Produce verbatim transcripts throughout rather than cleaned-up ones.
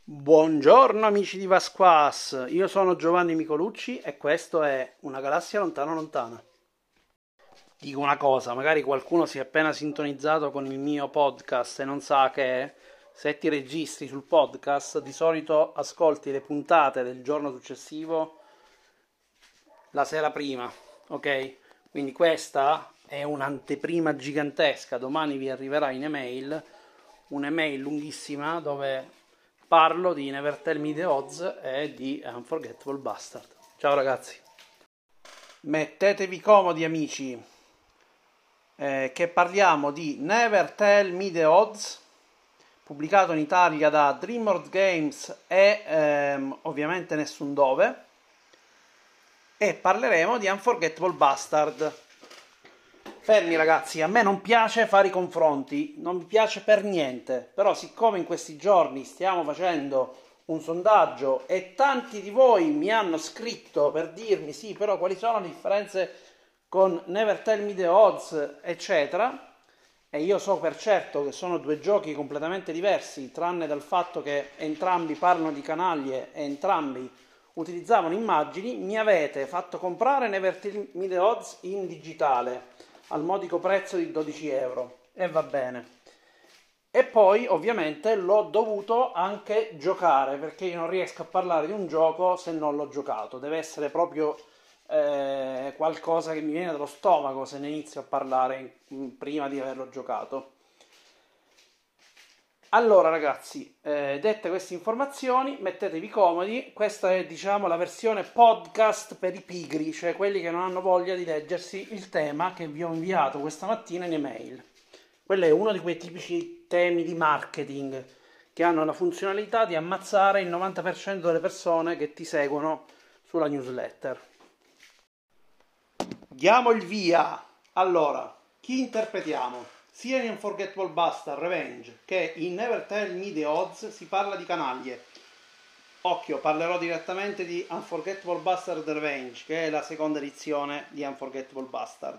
Buongiorno amici di Vasquas, io sono Giovanni Micolucci e questo è Una galassia lontana lontana. Dico una cosa, magari qualcuno si è appena sintonizzato con il mio podcast e non sa che se ti registri sul podcast di solito ascolti le puntate del giorno successivo la sera prima, ok? Quindi questa è un'anteprima gigantesca, domani vi arriverà in email un'email lunghissima dove parlo di Never Tell Me the Odds e di Unforgettable Bastard. Ciao ragazzi. Mettetevi comodi amici, eh, che parliamo di Never Tell Me the Odds, pubblicato in Italia da DreamWorks Games e ehm, ovviamente Nessun Dove, e parleremo di Unforgettable Bastard. Fermi ragazzi, a me non piace fare i confronti, non mi piace per niente, però siccome in questi giorni stiamo facendo un sondaggio e tanti di voi mi hanno scritto per dirmi sì, però quali sono le differenze con Never Tell Me the Odds, eccetera, e io so per certo che sono due giochi completamente diversi, tranne dal fatto che entrambi parlano di canaglie e entrambi utilizzavano immagini, mi avete fatto comprare Never Tell Me the Odds in digitale al modico prezzo di dodici euro e va bene. E poi ovviamente l'ho dovuto anche giocare, perché io non riesco a parlare di un gioco se non l'ho giocato, deve essere proprio eh, qualcosa che mi viene dallo stomaco se ne inizio a parlare prima di averlo giocato. Allora ragazzi, eh, dette queste informazioni, mettetevi comodi, questa è diciamo la versione podcast per i pigri, cioè quelli che non hanno voglia di leggersi il tema che vi ho inviato questa mattina in email. Quello è uno di quei tipici temi di marketing che hanno la funzionalità di ammazzare il novanta per cento delle persone che ti seguono sulla newsletter. Diamo il via! Allora, chi interpretiamo? Sia in Unforgettable Bastard Revenge che in Never Tell Me the Odds si parla di canaglie. Occhio, parlerò direttamente di Unforgettable Bastard Revenge, che è la seconda edizione di Unforgettable Bastard.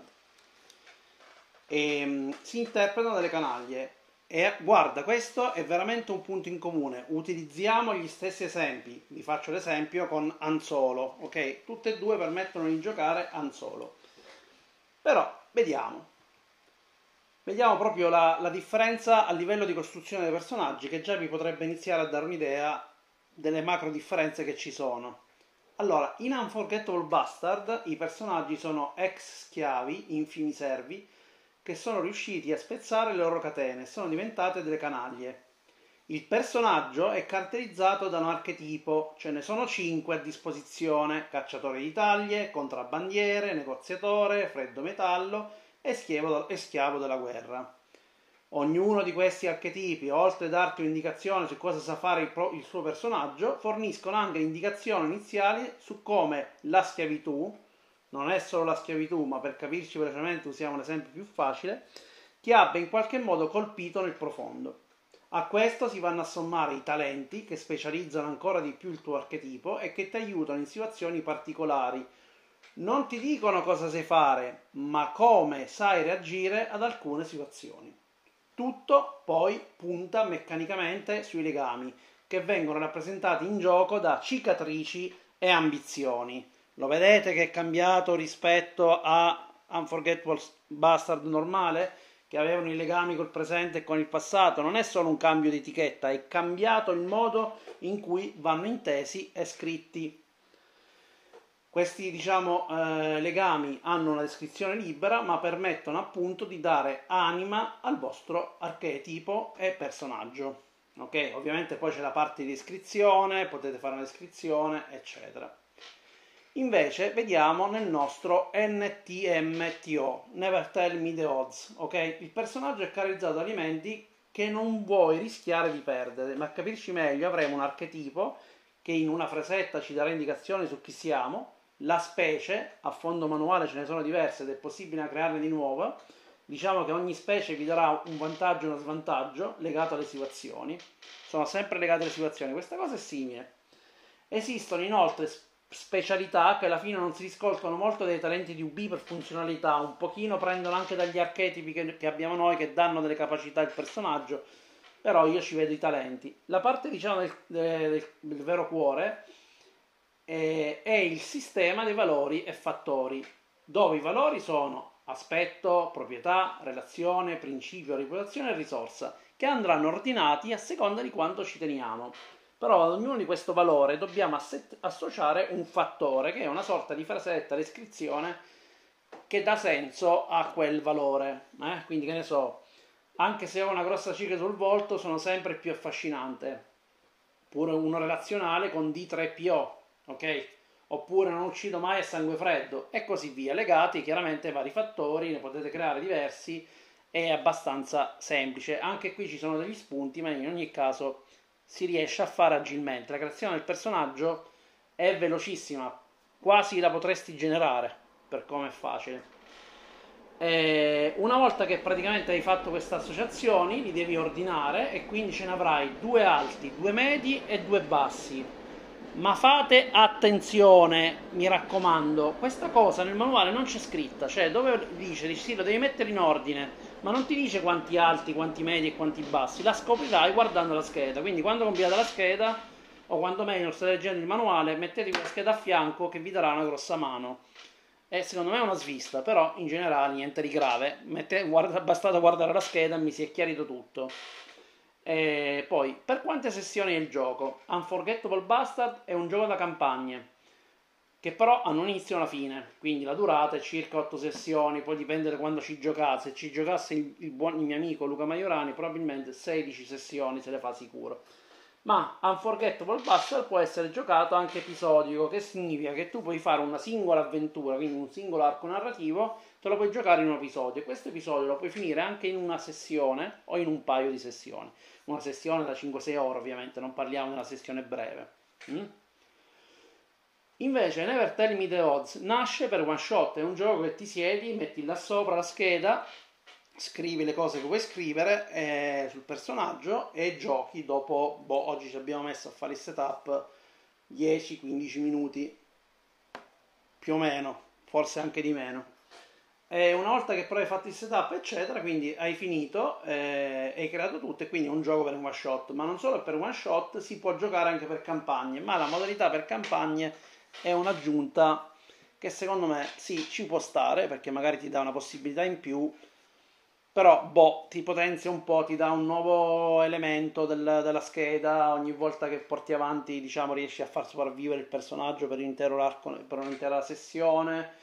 E, um, si interpretano delle canaglie. E guarda, questo è veramente un punto in comune. Utilizziamo gli stessi esempi. Vi faccio l'esempio con Han Solo, ok? Tutte e due permettono di giocare Han Solo. Però, vediamo. Vediamo proprio la, la differenza a livello di costruzione dei personaggi, che già vi potrebbe iniziare a dare un'idea delle macro differenze che ci sono. Allora, in Unforgettable Bastard i personaggi sono ex schiavi, infimi servi, che sono riusciti a spezzare le loro catene e sono diventate delle canaglie. Il personaggio è caratterizzato da un archetipo, ce ne sono cinque a disposizione: cacciatore di taglie, contrabbandiere, negoziatore, freddo metallo e schiavo, e schiavo della guerra. Ognuno di questi archetipi, oltre a darti un'indicazione su cosa sa fare il, pro, il suo personaggio, forniscono anche indicazioni iniziali su come la schiavitù, non è solo la schiavitù, ma per capirci velocemente usiamo un esempio più facile, ti abbia in qualche modo colpito nel profondo. A questo si vanno a sommare i talenti, che specializzano ancora di più il tuo archetipo e che ti aiutano in situazioni particolari. Non ti dicono cosa sai fare, ma come sai reagire ad alcune situazioni. Tutto poi punta meccanicamente sui legami, che vengono rappresentati in gioco da cicatrici e ambizioni. Lo vedete che è cambiato rispetto a Unforgettable Bastard normale, che avevano i legami col presente e con il passato? Non è solo un cambio di etichetta, è cambiato il modo in cui vanno intesi e scritti. Questi diciamo eh, legami hanno una descrizione libera, ma permettono appunto di dare anima al vostro archetipo e personaggio. Ok, ovviamente poi c'è la parte di descrizione, potete fare una descrizione, eccetera. Invece vediamo nel nostro N T M T O, Never Tell Me the Odds. Ok, il personaggio è caratterizzato da elementi che non vuoi rischiare di perdere, ma a capirci meglio avremo un archetipo che in una frasetta ci darà indicazioni su chi siamo. La specie, a fondo manuale ce ne sono diverse ed è possibile crearne di nuove. Diciamo che ogni specie vi darà un vantaggio e uno svantaggio legato alle situazioni. Sono sempre legate alle situazioni, questa cosa è simile. Esistono inoltre specialità che alla fine non si riscolgono molto dai talenti di U B per funzionalità, un pochino prendono anche dagli archetipi che, che abbiamo noi, che danno delle capacità al personaggio, però io ci vedo i talenti. La parte, diciamo, del, del, del vero cuore è, è il sistema dei valori e fattori, dove i valori sono aspetto, proprietà, relazione, principio, reputazione e risorsa, che andranno ordinati a seconda di quanto ci teniamo. Però ad ognuno di questo valore dobbiamo associare un fattore, che è una sorta di frasetta, descrizione, che dà senso a quel valore. Eh? Quindi, che ne so, anche se ho una grossa cica sul volto, sono sempre più affascinante. Oppure uno relazionale con D tre P O, ok? Oppure non uccido mai a sangue freddo, e così via, legati chiaramente ai vari fattori, ne potete creare diversi, è abbastanza semplice. Anche qui ci sono degli spunti, ma in ogni caso si riesce a fare agilmente. La creazione del personaggio è velocissima, quasi la potresti generare, per come è facile. E una volta che praticamente hai fatto queste associazioni, li devi ordinare, e quindi ce ne avrai due alti, due medi e due bassi. Ma fate attenzione, mi raccomando, questa cosa nel manuale non c'è scritta, cioè dove dice sì, lo devi mettere in ordine, ma non ti dice quanti alti, quanti medi e quanti bassi, la scoprirai guardando la scheda. Quindi quando compilate la scheda, o quando meglio state leggendo il manuale, mettetevi la scheda a fianco che vi darà una grossa mano. E secondo me è una svista, però in generale niente di grave, Mette, guarda, bastata guardare la scheda e mi si è chiarito tutto. E poi, per quante sessioni è il gioco? Unforgettable Bastard è un gioco da campagne, che però hanno un inizio e una fine, quindi la durata è circa otto sessioni, poi dipende da quando ci giocate. Se ci giocasse il, il, buon, il mio amico Luca Maiorani, probabilmente sedici sessioni se le fa sicuro. Ma Unforgettable Bastard può essere giocato anche episodico, che significa che tu puoi fare una singola avventura, quindi un singolo arco narrativo, te lo puoi giocare in un episodio, e questo episodio lo puoi finire anche in una sessione o in un paio di sessioni. Una sessione da cinque sei ore, ovviamente, non parliamo di una sessione breve. Mm? Invece Never Tell Me The Odds nasce per one shot, è un gioco che ti siedi, metti là sopra la scheda, scrivi le cose che vuoi scrivere eh, sul personaggio e giochi dopo, boh, oggi ci abbiamo messo a fare il setup dieci quindici minuti, più o meno, forse anche di meno. E una volta che però hai fatto il setup eccetera, quindi hai finito, eh, hai creato tutto, e quindi è un gioco per un one shot. Ma non solo per one shot, si può giocare anche per campagne, ma la modalità per campagne è un'aggiunta che secondo me sì, ci può stare, perché magari ti dà una possibilità in più, però boh, ti potenzia un po', ti dà un nuovo elemento del, della scheda. Ogni volta che porti avanti, diciamo, riesci a far sopravvivere il personaggio per l'intero arco, per un'intera sessione.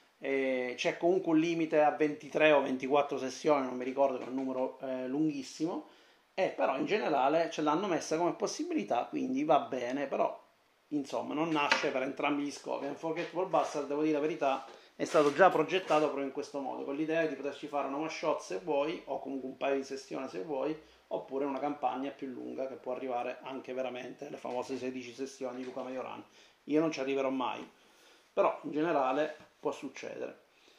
E c'è comunque un limite a ventitré o ventiquattro sessioni, non mi ricordo, che è un numero eh, lunghissimo, e però in generale ce l'hanno messa come possibilità, quindi va bene. Però insomma non nasce per entrambi gli scopi. Unforgettable Bastard, devo dire la verità, è stato già progettato proprio in questo modo, con l'idea di poterci fare una one shot se vuoi, o comunque un paio di sessioni se vuoi, oppure una campagna più lunga che può arrivare anche veramente alle famose sedici sessioni di Luca Maiorani. Io non ci arriverò mai, però in generale può succedere.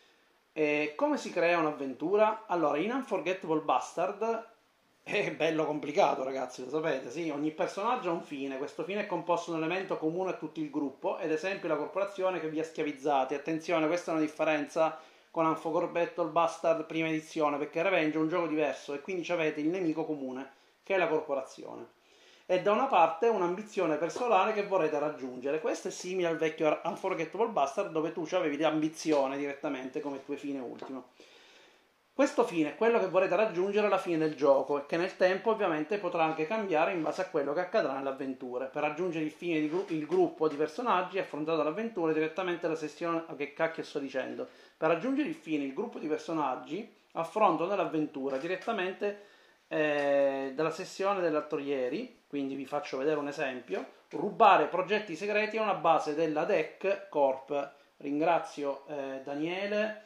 E come si crea un'avventura? Allora, in Unforgettable Bastard è bello complicato, ragazzi, lo sapete, sì? Ogni personaggio ha un fine, questo fine è composto da un elemento comune a tutto il gruppo, ed esempio la corporazione che vi ha schiavizzati. Attenzione, questa è una differenza con Unforgettable Bastard prima edizione, perché Revenge è un gioco diverso, e quindi avete il nemico comune, che è la corporazione. E da una parte un'ambizione personale che vorrete raggiungere. Questo è simile al vecchio Unforgettable Bastard, dove tu avevi l'ambizione direttamente come tuo fine ultimo. Questo fine è quello che vorrete raggiungere alla fine del gioco, e che nel tempo ovviamente potrà anche cambiare in base a quello che accadrà nelle avventure. Per raggiungere il fine di gru- il gruppo di personaggi affrontato l'avventura direttamente la sessione... Oh, che cacchio sto dicendo? Per raggiungere il fine il gruppo di personaggi affrontano l'avventura direttamente eh, dalla sessione dell'attorieri. Quindi vi faccio vedere un esempio: rubare progetti segreti a una base della D E C Corp. Ringrazio eh, Daniele,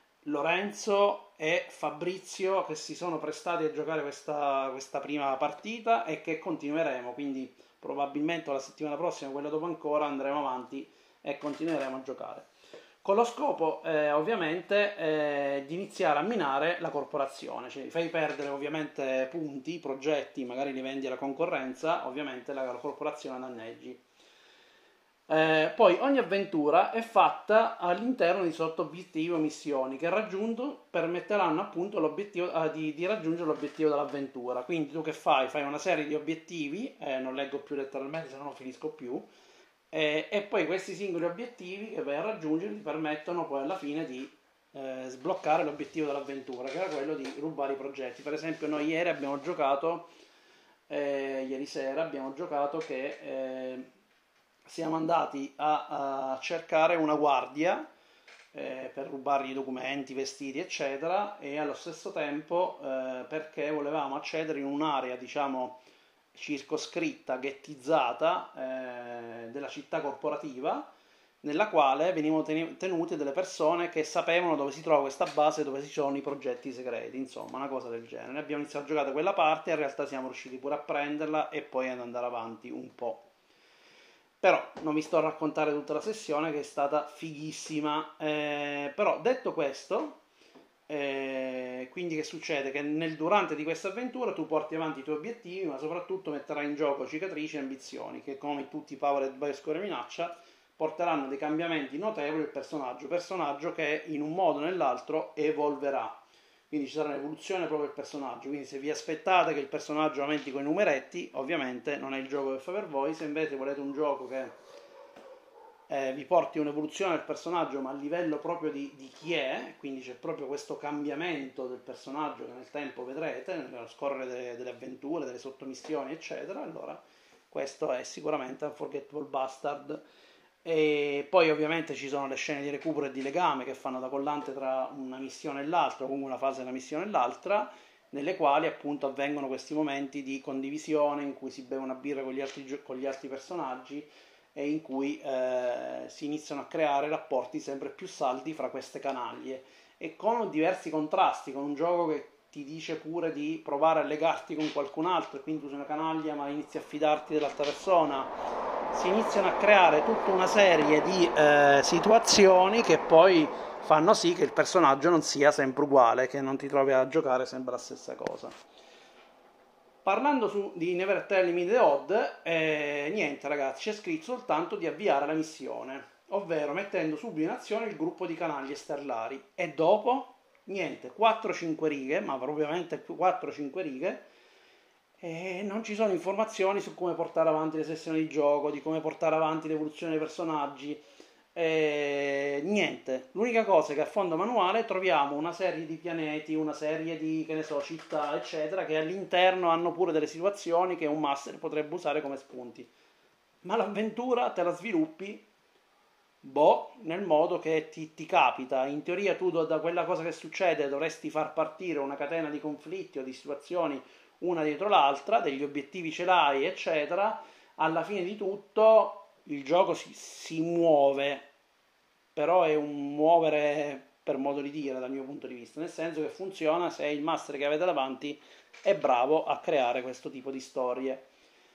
Lorenzo e Fabrizio che si sono prestati a giocare questa, questa prima partita, e che continueremo, quindi probabilmente la settimana prossima, quella dopo ancora, andremo avanti e continueremo a giocare, con lo scopo eh, ovviamente eh, di iniziare a minare la corporazione. Cioè fai perdere ovviamente punti, progetti, magari li vendi alla concorrenza, ovviamente la, la corporazione danneggi. Eh, poi ogni avventura è fatta all'interno di sotto-obiettivi o missioni che raggiunto permetteranno appunto l'obiettivo, eh, di, di raggiungere l'obiettivo dell'avventura. Quindi tu che fai? Fai una serie di obiettivi, eh, non leggo più letteralmente se no non finisco più, eh, e poi questi singoli obiettivi che vai a raggiungere ti permettono poi alla fine di eh, sbloccare l'obiettivo dell'avventura, che era quello di rubare i progetti. Per esempio noi ieri abbiamo giocato, eh, ieri sera abbiamo giocato che... Eh, siamo andati a, a cercare una guardia eh, per rubargli documenti, vestiti, eccetera, e allo stesso tempo eh, perché volevamo accedere in un'area, diciamo, circoscritta, ghettizzata eh, della città corporativa, nella quale venivano tenute delle persone che sapevano dove si trova questa base, dove ci sono i progetti segreti, insomma, una cosa del genere. Abbiamo iniziato a giocare quella parte, in realtà siamo riusciti pure a prenderla e poi ad andare avanti un po'. Però non vi sto a raccontare tutta la sessione che è stata fighissima. Eh, però detto questo, eh, quindi che succede? Che nel durante di questa avventura tu porti avanti i tuoi obiettivi, ma soprattutto metterai in gioco cicatrici e ambizioni, che come tutti i Powered by Score Minaccia porteranno dei cambiamenti notevoli al personaggio, personaggio che in un modo o nell'altro evolverà. Quindi ci sarà un'evoluzione proprio del personaggio, quindi se vi aspettate che il personaggio aumenti con i numeretti, ovviamente non è il gioco che fa per voi. Se invece volete un gioco che eh, vi porti un'evoluzione del personaggio, ma a livello proprio di, di chi è, quindi c'è proprio questo cambiamento del personaggio che nel tempo vedrete, nello scorrere delle, delle avventure, delle sottomissioni, eccetera, allora questo è sicuramente Unforgettable Bastard. E poi ovviamente ci sono le scene di recupero e di legame che fanno da collante tra una missione e l'altra, comunque una fase e una missione e l'altra, nelle quali appunto avvengono questi momenti di condivisione in cui si beve una birra con gli altri, con gli altri personaggi e in cui eh, si iniziano a creare rapporti sempre più saldi fra queste canaglie e con diversi contrasti, con un gioco che ti dice pure di provare a legarti con qualcun altro e quindi tu sei una canaglia ma inizi a fidarti dell'altra persona. Si iniziano a creare tutta una serie di eh, situazioni che poi fanno sì che il personaggio non sia sempre uguale, che non ti trovi a giocare sempre la stessa cosa. Parlando su, di Never Tell Me the Odd, eh, niente ragazzi, c'è scritto soltanto di avviare la missione, ovvero mettendo subito in azione il gruppo di canaglie sterlari e dopo, niente, quattro cinque righe, ma propriamente quattro cinque righe, e non ci sono informazioni su come portare avanti le sessioni di gioco, di come portare avanti l'evoluzione dei personaggi, e niente. L'unica cosa è che a fondo manuale troviamo una serie di pianeti, una serie di, che ne so, città, eccetera, che all'interno hanno pure delle situazioni che un master potrebbe usare come spunti. Ma l'avventura te la sviluppi, boh, nel modo che ti, ti capita. In teoria tu da quella cosa che succede dovresti far partire una catena di conflitti o di situazioni una dietro l'altra, degli obiettivi ce l'hai, eccetera. Alla fine di tutto il gioco si, si muove, però è un muovere per modo di dire dal mio punto di vista, nel senso che funziona se il master che avete davanti è bravo a creare questo tipo di storie.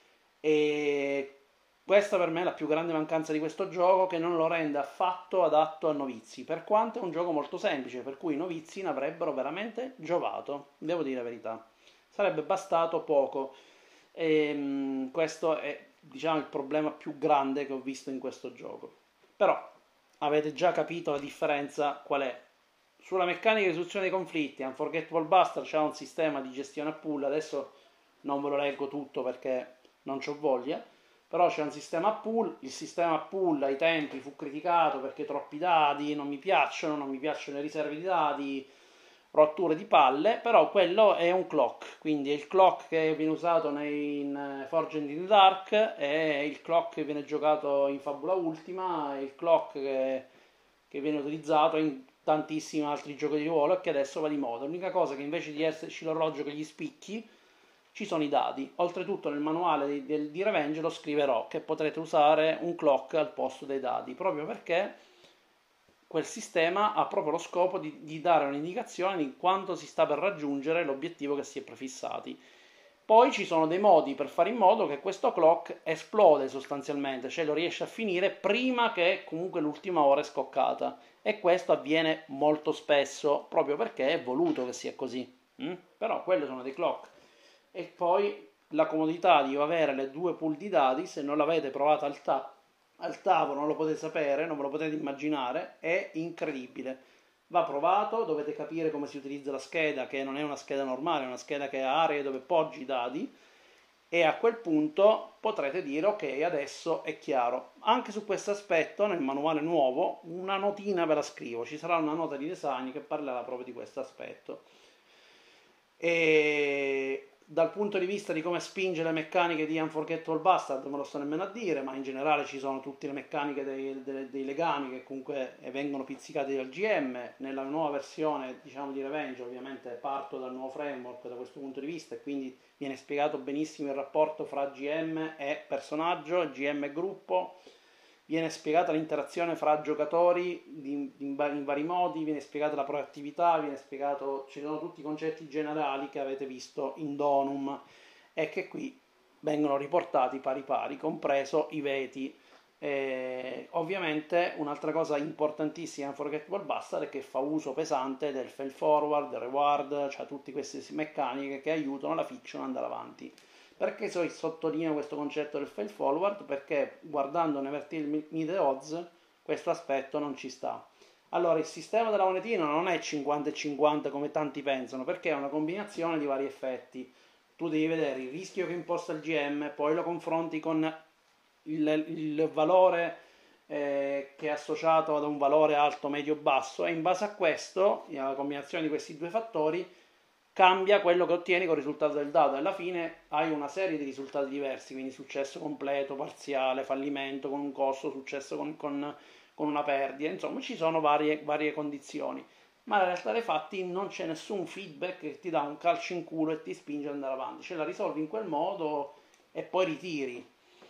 E questa per me è la più grande mancanza di questo gioco, che non lo rende affatto adatto a novizi, per quanto è un gioco molto semplice, per cui i novizi ne avrebbero veramente giovato, devo dire la verità. Sarebbe bastato poco. E, mh, questo è, diciamo, il problema più grande che ho visto in questo gioco. Però avete già capito la differenza qual è. Sulla meccanica di risoluzione dei conflitti, Unforgettable Bastard c'ha un sistema di gestione a pool, adesso non ve lo leggo tutto perché non c'ho voglia, però c'è un sistema a pool, il sistema a pool ai tempi fu criticato perché troppi dadi, non mi piacciono, non mi piacciono le riserve di dadi, rotture di palle, però quello è un clock, quindi è il clock che viene usato nei, in Forged in the Dark, è il clock che viene giocato in Fabula Ultima, è il clock che, che viene utilizzato in tantissimi altri giochi di ruolo e che adesso va di moda. L'unica cosa è che invece di esserci l'orologio che gli spicchi ci sono i dadi. Oltretutto nel manuale di, di, di Revenge lo scriverò che potrete usare un clock al posto dei dadi, proprio perché quel sistema ha proprio lo scopo di, di dare un'indicazione di quanto si sta per raggiungere l'obiettivo che si è prefissati. Poi ci sono dei modi per fare in modo che questo clock esplode sostanzialmente, cioè lo riesce a finire prima che comunque l'ultima ora è scoccata, e questo avviene molto spesso proprio perché è voluto che sia così. Mm? Però quello sono dei clock. E poi la comodità di avere le due pool di dadi, se non l'avete provata al, ta- al tavolo, non lo potete sapere, non ve lo potete immaginare, è incredibile. Va provato, dovete capire come si utilizza la scheda, che non è una scheda normale, è una scheda che ha aree dove poggi i dadi, e a quel punto potrete dire ok, adesso è chiaro. Anche su questo aspetto nel manuale nuovo una notina ve la scrivo, ci sarà una nota di design che parlerà proprio di questo aspetto. E dal punto di vista di come spinge le meccaniche di Unforgettable Bastard non me lo sto nemmeno a dire, ma in generale ci sono tutte le meccaniche dei, dei, dei legami che comunque vengono pizzicati dal G M. Nella nuova versione, diciamo, di Revenge ovviamente parto dal nuovo framework da questo punto di vista, e quindi viene spiegato benissimo il rapporto fra G M e personaggio, G M e gruppo. Viene spiegata l'interazione fra giocatori in, in, in vari modi, viene spiegata la proattività, viene spiegato, ci sono tutti i concetti generali che avete visto in Donum e che qui vengono riportati pari pari, compreso i veti. Eh, ovviamente un'altra cosa importantissima in Unforgettable Bastard è che fa uso pesante del fail forward, del reward, cioè tutte queste meccaniche che aiutano la fiction ad andare avanti. Perché sottolineo questo concetto del fail forward? Perché guardando Neverthelme the Odds questo aspetto non ci sta. Allora, il sistema della monetina non è cinquanta e cinquanta come tanti pensano, perché è una combinazione di vari effetti. Tu devi vedere il rischio che imposta il G M, poi lo confronti con il, il valore eh, che è associato ad un valore alto, medio, basso, e in base a questo, alla combinazione di questi due fattori, cambia quello che ottieni con il risultato del dado, e alla fine hai una serie di risultati diversi, quindi successo completo, parziale, fallimento con un costo, successo con, con, con una perdita, insomma ci sono varie, varie condizioni, ma in realtà dei fatti non c'è nessun feedback che ti dà un calcio in culo e ti spinge ad andare avanti, ce la risolvi in quel modo e poi ritiri,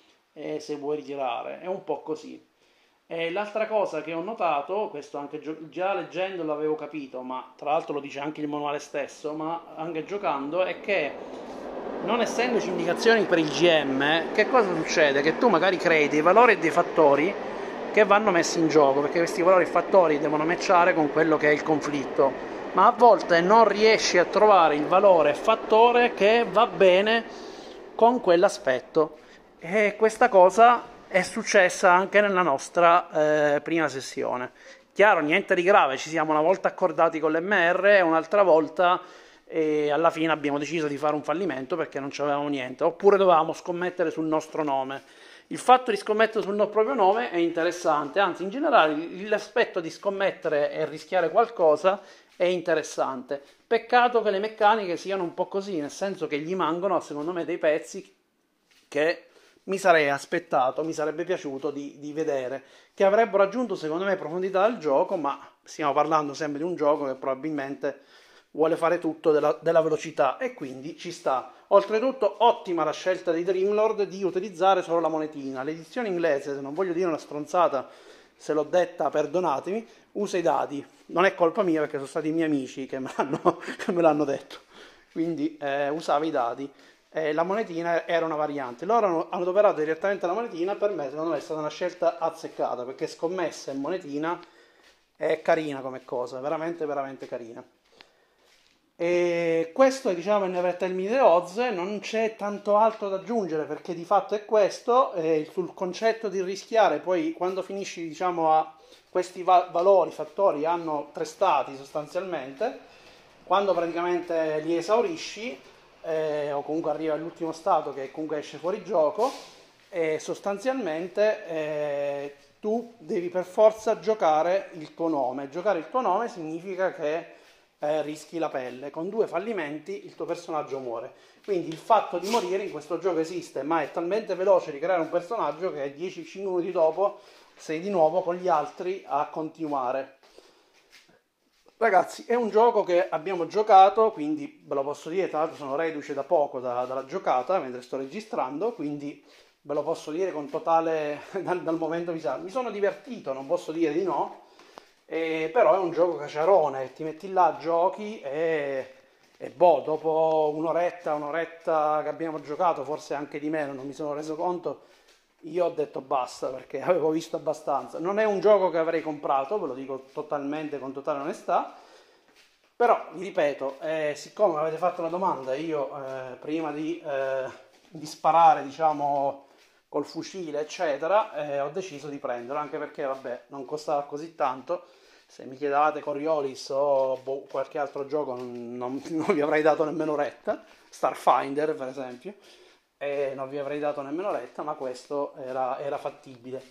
e se vuoi ritirare, è un po' così. E l'altra cosa che ho notato, questo anche già leggendo l'avevo capito, ma tra l'altro lo dice anche il manuale stesso, ma anche giocando, è che non essendoci indicazioni per il G M, che cosa succede? Che tu magari crei dei valori e dei fattori che vanno messi in gioco, perché questi valori e fattori devono matchare con quello che è il conflitto, ma a volte non riesci a trovare il valore fattore che va bene con quell'aspetto, e questa cosa è successa anche nella nostra eh, prima sessione. Chiaro, niente di grave, ci siamo una volta accordati con l'M R e un'altra volta e alla fine abbiamo deciso di fare un fallimento perché non c'avevamo niente, oppure dovevamo scommettere sul nostro nome. Il fatto di scommettere sul nostro proprio nome è interessante, anzi in generale l'aspetto di scommettere e rischiare qualcosa è interessante. Peccato che le meccaniche siano un po' così, nel senso che gli mancano secondo me dei pezzi che mi sarei aspettato, mi sarebbe piaciuto di, di vedere, che avrebbero aggiunto secondo me profondità al gioco, ma stiamo parlando sempre di un gioco che probabilmente vuole fare tutto della, della velocità, e quindi ci sta. Oltretutto ottima la scelta di Dreamlord di utilizzare solo la monetina. L'edizione inglese, se non voglio dire una stronzata, se l'ho detta perdonatemi, usa i dadi. Non è colpa mia perché sono stati i miei amici che me l'hanno, che me l'hanno detto, quindi eh, usava i dadi. Eh, la monetina era una variante, loro hanno, hanno adoperato direttamente la monetina. Per me secondo me è stata una scelta azzeccata, perché scommessa e monetina è carina come cosa, veramente veramente carina. E questo è, diciamo, il Neverthelme the Odds. Non c'è tanto altro da aggiungere perché di fatto è questo, eh, sul concetto di rischiare. Poi quando finisci, diciamo, a questi va- valori, fattori hanno tre stati sostanzialmente, quando praticamente li esaurisci, Eh, o comunque arriva all'ultimo stato che comunque esce fuori gioco, e sostanzialmente eh, tu devi per forza giocare il tuo nome. Giocare il tuo nome significa che eh, rischi la pelle. Con due fallimenti il tuo personaggio muore, quindi il fatto di morire in questo gioco esiste, ma è talmente veloce di creare un personaggio che dieci minuti dopo sei di nuovo con gli altri a continuare. Ragazzi, è un gioco che abbiamo giocato, quindi ve lo posso dire, tra l'altro sono reduce da poco da, dalla giocata, mentre sto registrando, quindi ve lo posso dire con totale, dal, dal momento mi sa, mi sono divertito, non posso dire di no, eh, però è un gioco caciarone, ti metti là, giochi e, e boh, dopo un'oretta, un'oretta che abbiamo giocato, forse anche di meno, non mi sono reso conto, io ho detto basta perché avevo visto abbastanza. Non è un gioco che avrei comprato, ve lo dico totalmente, con totale onestà, però vi ripeto, eh, siccome avete fatto una domanda, io eh, prima di, eh, di sparare, diciamo, col fucile eccetera, e ho deciso di prenderlo, anche perché vabbè non costava così tanto. Se mi chiedevate Coriolis o boh, qualche altro gioco non, non- non vi avrei dato nemmeno retta, Starfinder per esempio, e non vi avrei dato nemmeno retta, ma questo era, era fattibile.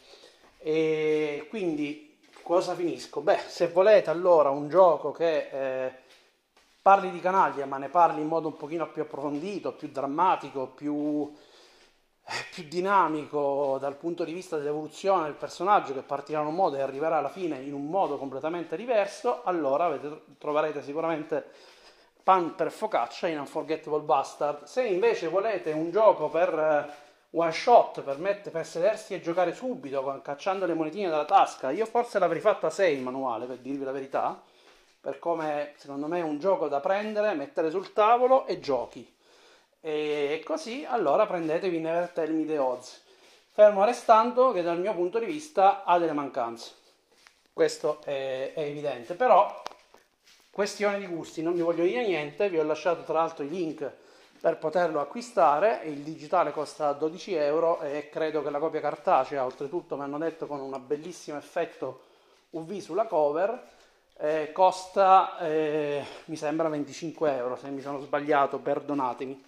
E quindi cosa finisco? Beh, se volete allora un gioco che eh, parli di canaglia, ma ne parli in modo un pochino più approfondito, più drammatico, più, eh, più dinamico dal punto di vista dell'evoluzione del personaggio, che partirà in un modo e arriverà alla fine in un modo completamente diverso, allora avete- troverete sicuramente pan per focaccia in Unforgettable Bastard. Se invece volete un gioco per eh, one shot, per, mette- per sedersi e giocare subito, con- cacciando le monetine dalla tasca, io forse l'avrei fatto a sei il manuale, per dirvi la verità, per come secondo me è un gioco da prendere, mettere sul tavolo e giochi. E così allora prendetevi Never Tell Me the Odds. Fermo restando che dal mio punto di vista ha delle mancanze. Questo è, è evidente, però questione di gusti, non vi voglio dire niente, vi ho lasciato tra l'altro i link per poterlo acquistare, il digitale costa dodici euro e credo che la copia cartacea, oltretutto mi hanno detto con un bellissimo effetto U V sulla cover, eh, costa eh, mi sembra venticinque euro, se mi sono sbagliato perdonatemi.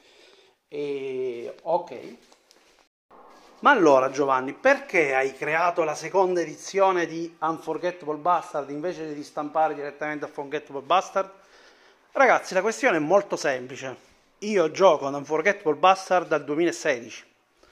E ok. Ma allora Giovanni, perché hai creato la seconda edizione di Unforgettable Bastard invece di ristampare direttamente Unforgettable Bastard? Ragazzi, la questione è molto semplice. Io gioco ad Unforgettable Bastard dal duemilasedici.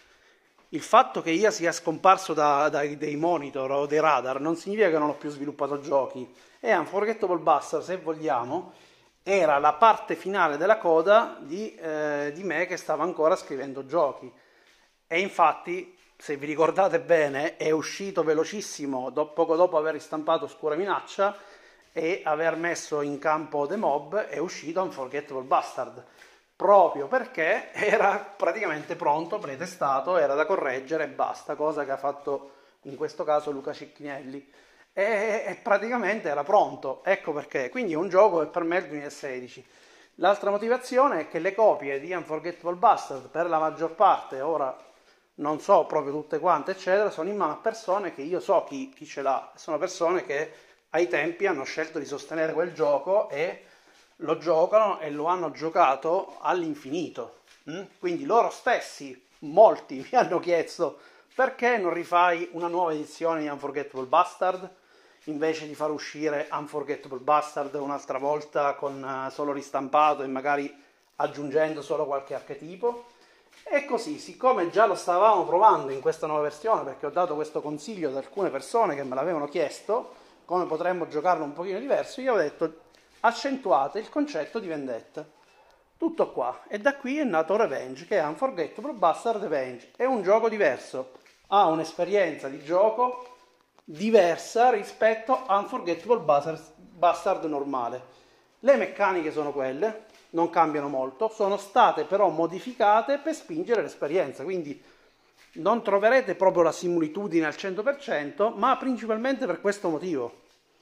Il fatto che io sia scomparso da, dai, dei monitor o dei radar non significa che non ho più sviluppato giochi. E Unforgettable Bastard, se vogliamo, era la parte finale della coda di, eh, di me che stava ancora scrivendo giochi. E infatti, se vi ricordate bene, è uscito velocissimo do- poco dopo aver ristampato Oscura Minaccia e aver messo in campo The Mob, è uscito Unforgettable Bastard, proprio perché era praticamente pronto, pretestato, era da correggere e basta, cosa che ha fatto in questo caso Luca Cecchinelli. E, e praticamente era pronto, ecco perché. Quindi è un gioco che per me è il duemilasedici. L'altra motivazione è che le copie di Unforgettable Bastard, per la maggior parte, ora non so proprio tutte quante, eccetera, sono in mano a persone che io so chi, chi ce l'ha. Sono persone che ai tempi hanno scelto di sostenere quel gioco e lo giocano e lo hanno giocato all'infinito. Mm? Quindi loro stessi, molti, mi hanno chiesto perché non rifai una nuova edizione di Unforgettable Bastard invece di far uscire Unforgettable Bastard un'altra volta con uh, solo ristampato e magari aggiungendo solo qualche archetipo. E così, siccome già lo stavamo provando in questa nuova versione, perché ho dato questo consiglio ad alcune persone che me l'avevano chiesto, come potremmo giocarlo un pochino diverso, io ho detto accentuate il concetto di vendetta. Tutto qua. E da qui è nato Revenge, che è Unforgettable Bastard Revenge. È un gioco diverso, ha un'esperienza di gioco diversa rispetto a Unforgettable Bastard, Bastard normale. Le meccaniche sono quelle, non cambiano molto, sono state però modificate per spingere l'esperienza, quindi non troverete proprio la similitudine al cento per cento, ma principalmente per questo motivo.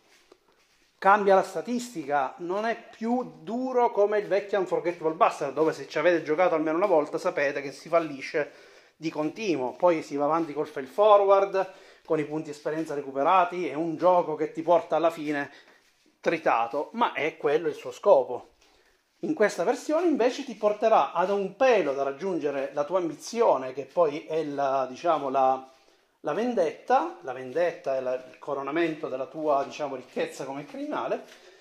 Cambia la statistica, non è più duro come il vecchio Unforgettable Bastard, dove se ci avete giocato almeno una volta sapete che si fallisce di continuo, poi si va avanti col fail forward, con i punti esperienza recuperati, è un gioco che ti porta alla fine tritato, ma è quello il suo scopo. In questa versione invece ti porterà ad un pelo da raggiungere la tua ambizione, che poi è la, diciamo, la, la vendetta, la vendetta è la, il coronamento della tua, diciamo, ricchezza come criminale,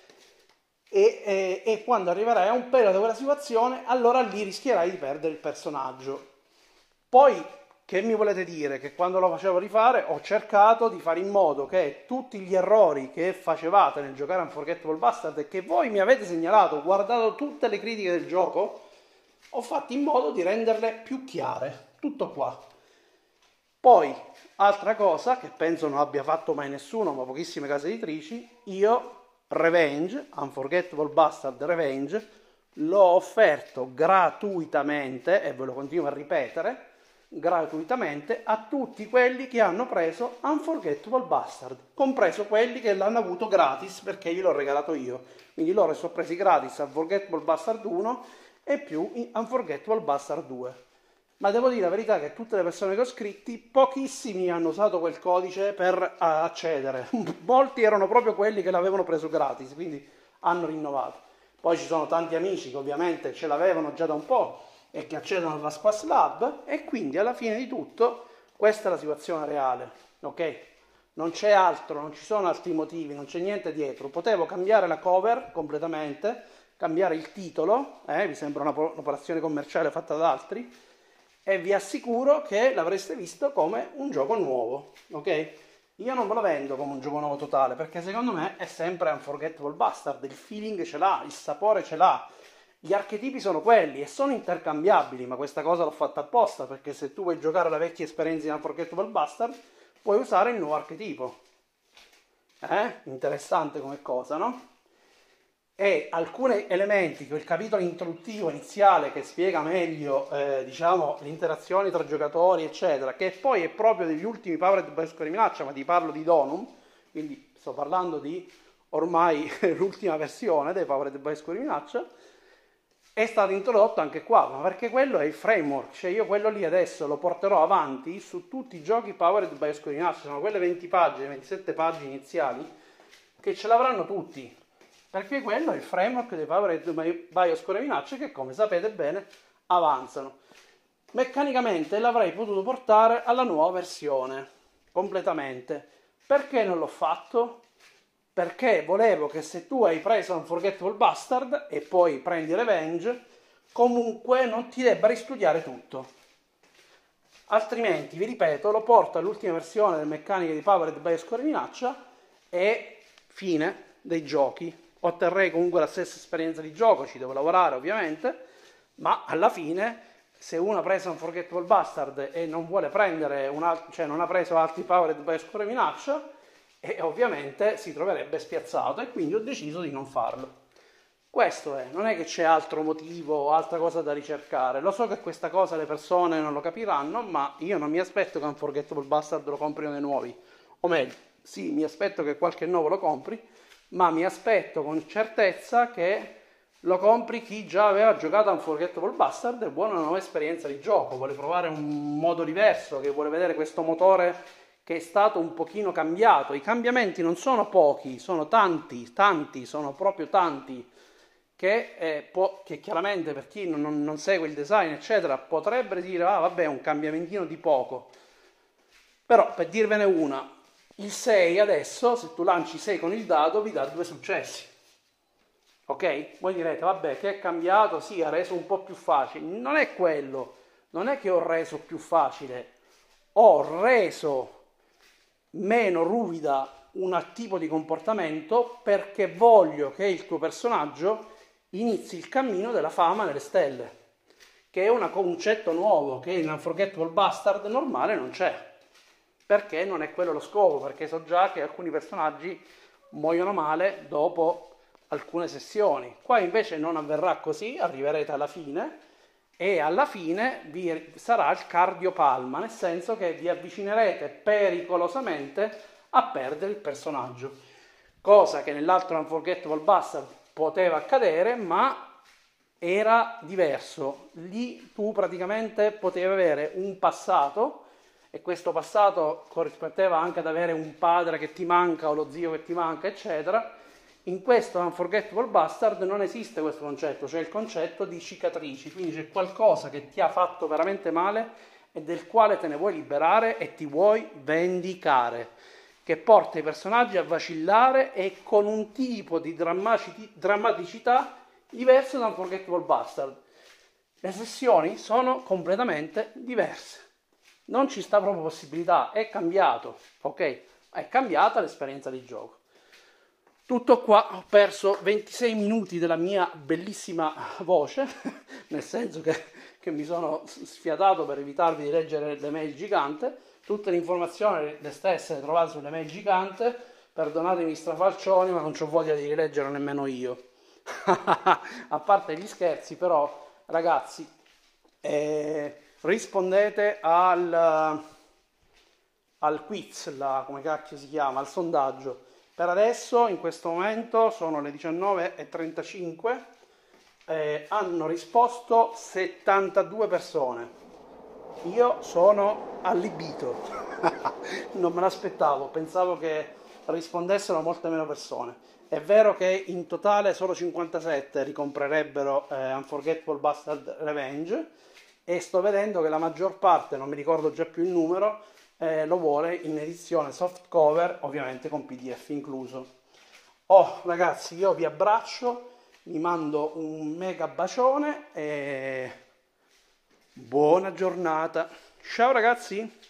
e, e, e quando arriverai a un pelo di quella situazione, allora lì rischierai di perdere il personaggio. Poi, che mi volete dire? Che quando lo facevo rifare ho cercato di fare in modo che tutti gli errori che facevate nel giocare a Unforgettable Bastard e che voi mi avete segnalato, guardato tutte le critiche del gioco, ho fatto in modo di renderle più chiare. Tutto qua. Poi, altra cosa che penso non abbia fatto mai nessuno, ma pochissime case editrici, io Revenge, Unforgettable Bastard Revenge, l'ho offerto gratuitamente, e ve lo continuo a ripetere, gratuitamente a tutti quelli che hanno preso Unforgettable Bastard, compreso quelli che l'hanno avuto gratis perché gliel'ho regalato io. Quindi loro sono presi gratis Unforgettable Bastard uno e più Unforgettable Bastard due. ma devo dire la verità che tutte le persone che ho scritti, pochissimi hanno usato quel codice per accedere. Molti erano proprio quelli che l'avevano preso gratis, quindi hanno rinnovato. Poi ci sono tanti amici che ovviamente ce l'avevano già da un po' e che accedono al Vasquas Lab, e quindi alla fine di tutto questa è la situazione reale, ok? Non c'è altro, non ci sono altri motivi, non c'è niente dietro. Potevo cambiare la cover completamente, cambiare il titolo, eh, mi sembra una, un'operazione commerciale fatta da altri, e vi assicuro che l'avreste visto come un gioco nuovo, ok? Io non ve lo vendo come un gioco nuovo totale, perché secondo me è sempre Unforgettable Bastard, il feeling ce l'ha, il sapore ce l'ha, gli archetipi sono quelli e sono intercambiabili, ma questa cosa l'ho fatta apposta, perché se tu vuoi giocare la vecchia esperienza di Unforgettable Bastard, puoi usare il nuovo archetipo. Eh? Interessante come cosa, no? E alcuni elementi, quel capitolo introduttivo iniziale che spiega meglio eh, diciamo le interazioni tra giocatori eccetera, che poi è proprio degli ultimi Powered by Square Minaccia, ma ti parlo di Donum, quindi sto parlando di ormai l'ultima versione dei Powered by Square Minaccia, è stato introdotto anche qua, ma perché quello è il framework, cioè io quello lì adesso lo porterò avanti su tutti i giochi Powered by Square Minaccia, sono quelle venti pagine, ventisette pagine iniziali che ce l'avranno tutti, perché quello è il framework dei Powered by Square Minaccia che, come sapete bene, avanzano. Meccanicamente l'avrei potuto portare alla nuova versione, completamente. Perché non l'ho fatto? Perché volevo che se tu hai preso Unforgettable Bastard e poi prendi Revenge, comunque non ti debba ristudiare tutto. Altrimenti, vi ripeto, lo porto all'ultima versione delle meccaniche di Powered by Square Minaccia e fine dei giochi. Otterrei comunque la stessa esperienza di gioco, ci devo lavorare ovviamente, ma alla fine se uno ha preso Unforgettable Bastard e non vuole prendere un altro, cioè non ha preso altri Powered by Square Minaccia, e ovviamente si troverebbe spiazzato, e quindi ho deciso di non farlo. Questo è, non è che c'è altro motivo o altra cosa da ricercare. Lo so che questa cosa le persone non lo capiranno, ma io non mi aspetto che Unforgettable Bastard lo comprino dei nuovi, o meglio, sì, mi aspetto che qualche nuovo lo compri, ma mi aspetto con certezza che lo compri chi già aveva giocato a Unforgettable Bastard e vuole una nuova esperienza di gioco, vuole provare un modo diverso, che vuole vedere questo motore che è stato un pochino cambiato. I cambiamenti non sono pochi, sono tanti, tanti, sono proprio tanti, che, eh, può, che chiaramente per chi non, non, non segue il design eccetera potrebbe dire ah vabbè, un cambiamentino di poco, però per dirvene una, il sei adesso, se tu lanci sei con il dado, vi dà due successi. Ok? Voi direte, vabbè, che è cambiato? Sì, ha reso un po' più facile. Non è quello. Non è che ho reso più facile. Ho reso meno ruvida un tipo di comportamento perché voglio che il tuo personaggio inizi il cammino della fama nelle stelle, che è un concetto nuovo che in Unforgettable Bastard normale non c'è. Perché non è quello lo scopo, perché so già che alcuni personaggi muoiono male dopo alcune sessioni. Qua invece non avverrà così, arriverete alla fine e alla fine vi sarà il cardiopalma, nel senso che vi avvicinerete pericolosamente a perdere il personaggio, cosa che nell'altro Unforgettable Bastard poteva accadere, ma era diverso. Lì tu praticamente potevi avere un passato, e questo passato corrispondeva anche ad avere un padre che ti manca o lo zio che ti manca eccetera. In questo Unforgettable Bastard non esiste questo concetto, cioè il concetto di cicatrici, quindi c'è qualcosa che ti ha fatto veramente male e del quale te ne vuoi liberare e ti vuoi vendicare, che porta i personaggi a vacillare e con un tipo di drammaticità diverso da Unforgettable Bastard. Le sessioni sono completamente diverse. Non ci sta proprio possibilità, è cambiato, ok? È cambiata l'esperienza di gioco. Tutto qua, ho perso ventisei minuti della mia bellissima voce, nel senso che, che mi sono sfiatato per evitarvi di leggere l'email gigante. Tutte le informazioni le stesse le trovate sull'email gigante, perdonatemi strafalcioni, ma non c'ho voglia di rileggere nemmeno io. A parte gli scherzi, però, ragazzi, eh, rispondete al, al quiz, la, come cacchio si chiama, al sondaggio. Per adesso, in questo momento, sono le diciannove e trentacinque, eh, hanno risposto settantadue persone. Io sono allibito, non me l'aspettavo, pensavo che rispondessero molte meno persone. È vero che in totale solo cinquantasette ricomprerebbero eh, Unforgettable Bastard Revenge e sto vedendo che la maggior parte, non mi ricordo già più il numero, eh, lo vuole in edizione soft cover, ovviamente con P D F incluso. Oh ragazzi, io vi abbraccio, vi mando un mega bacione e buona giornata. Ciao ragazzi!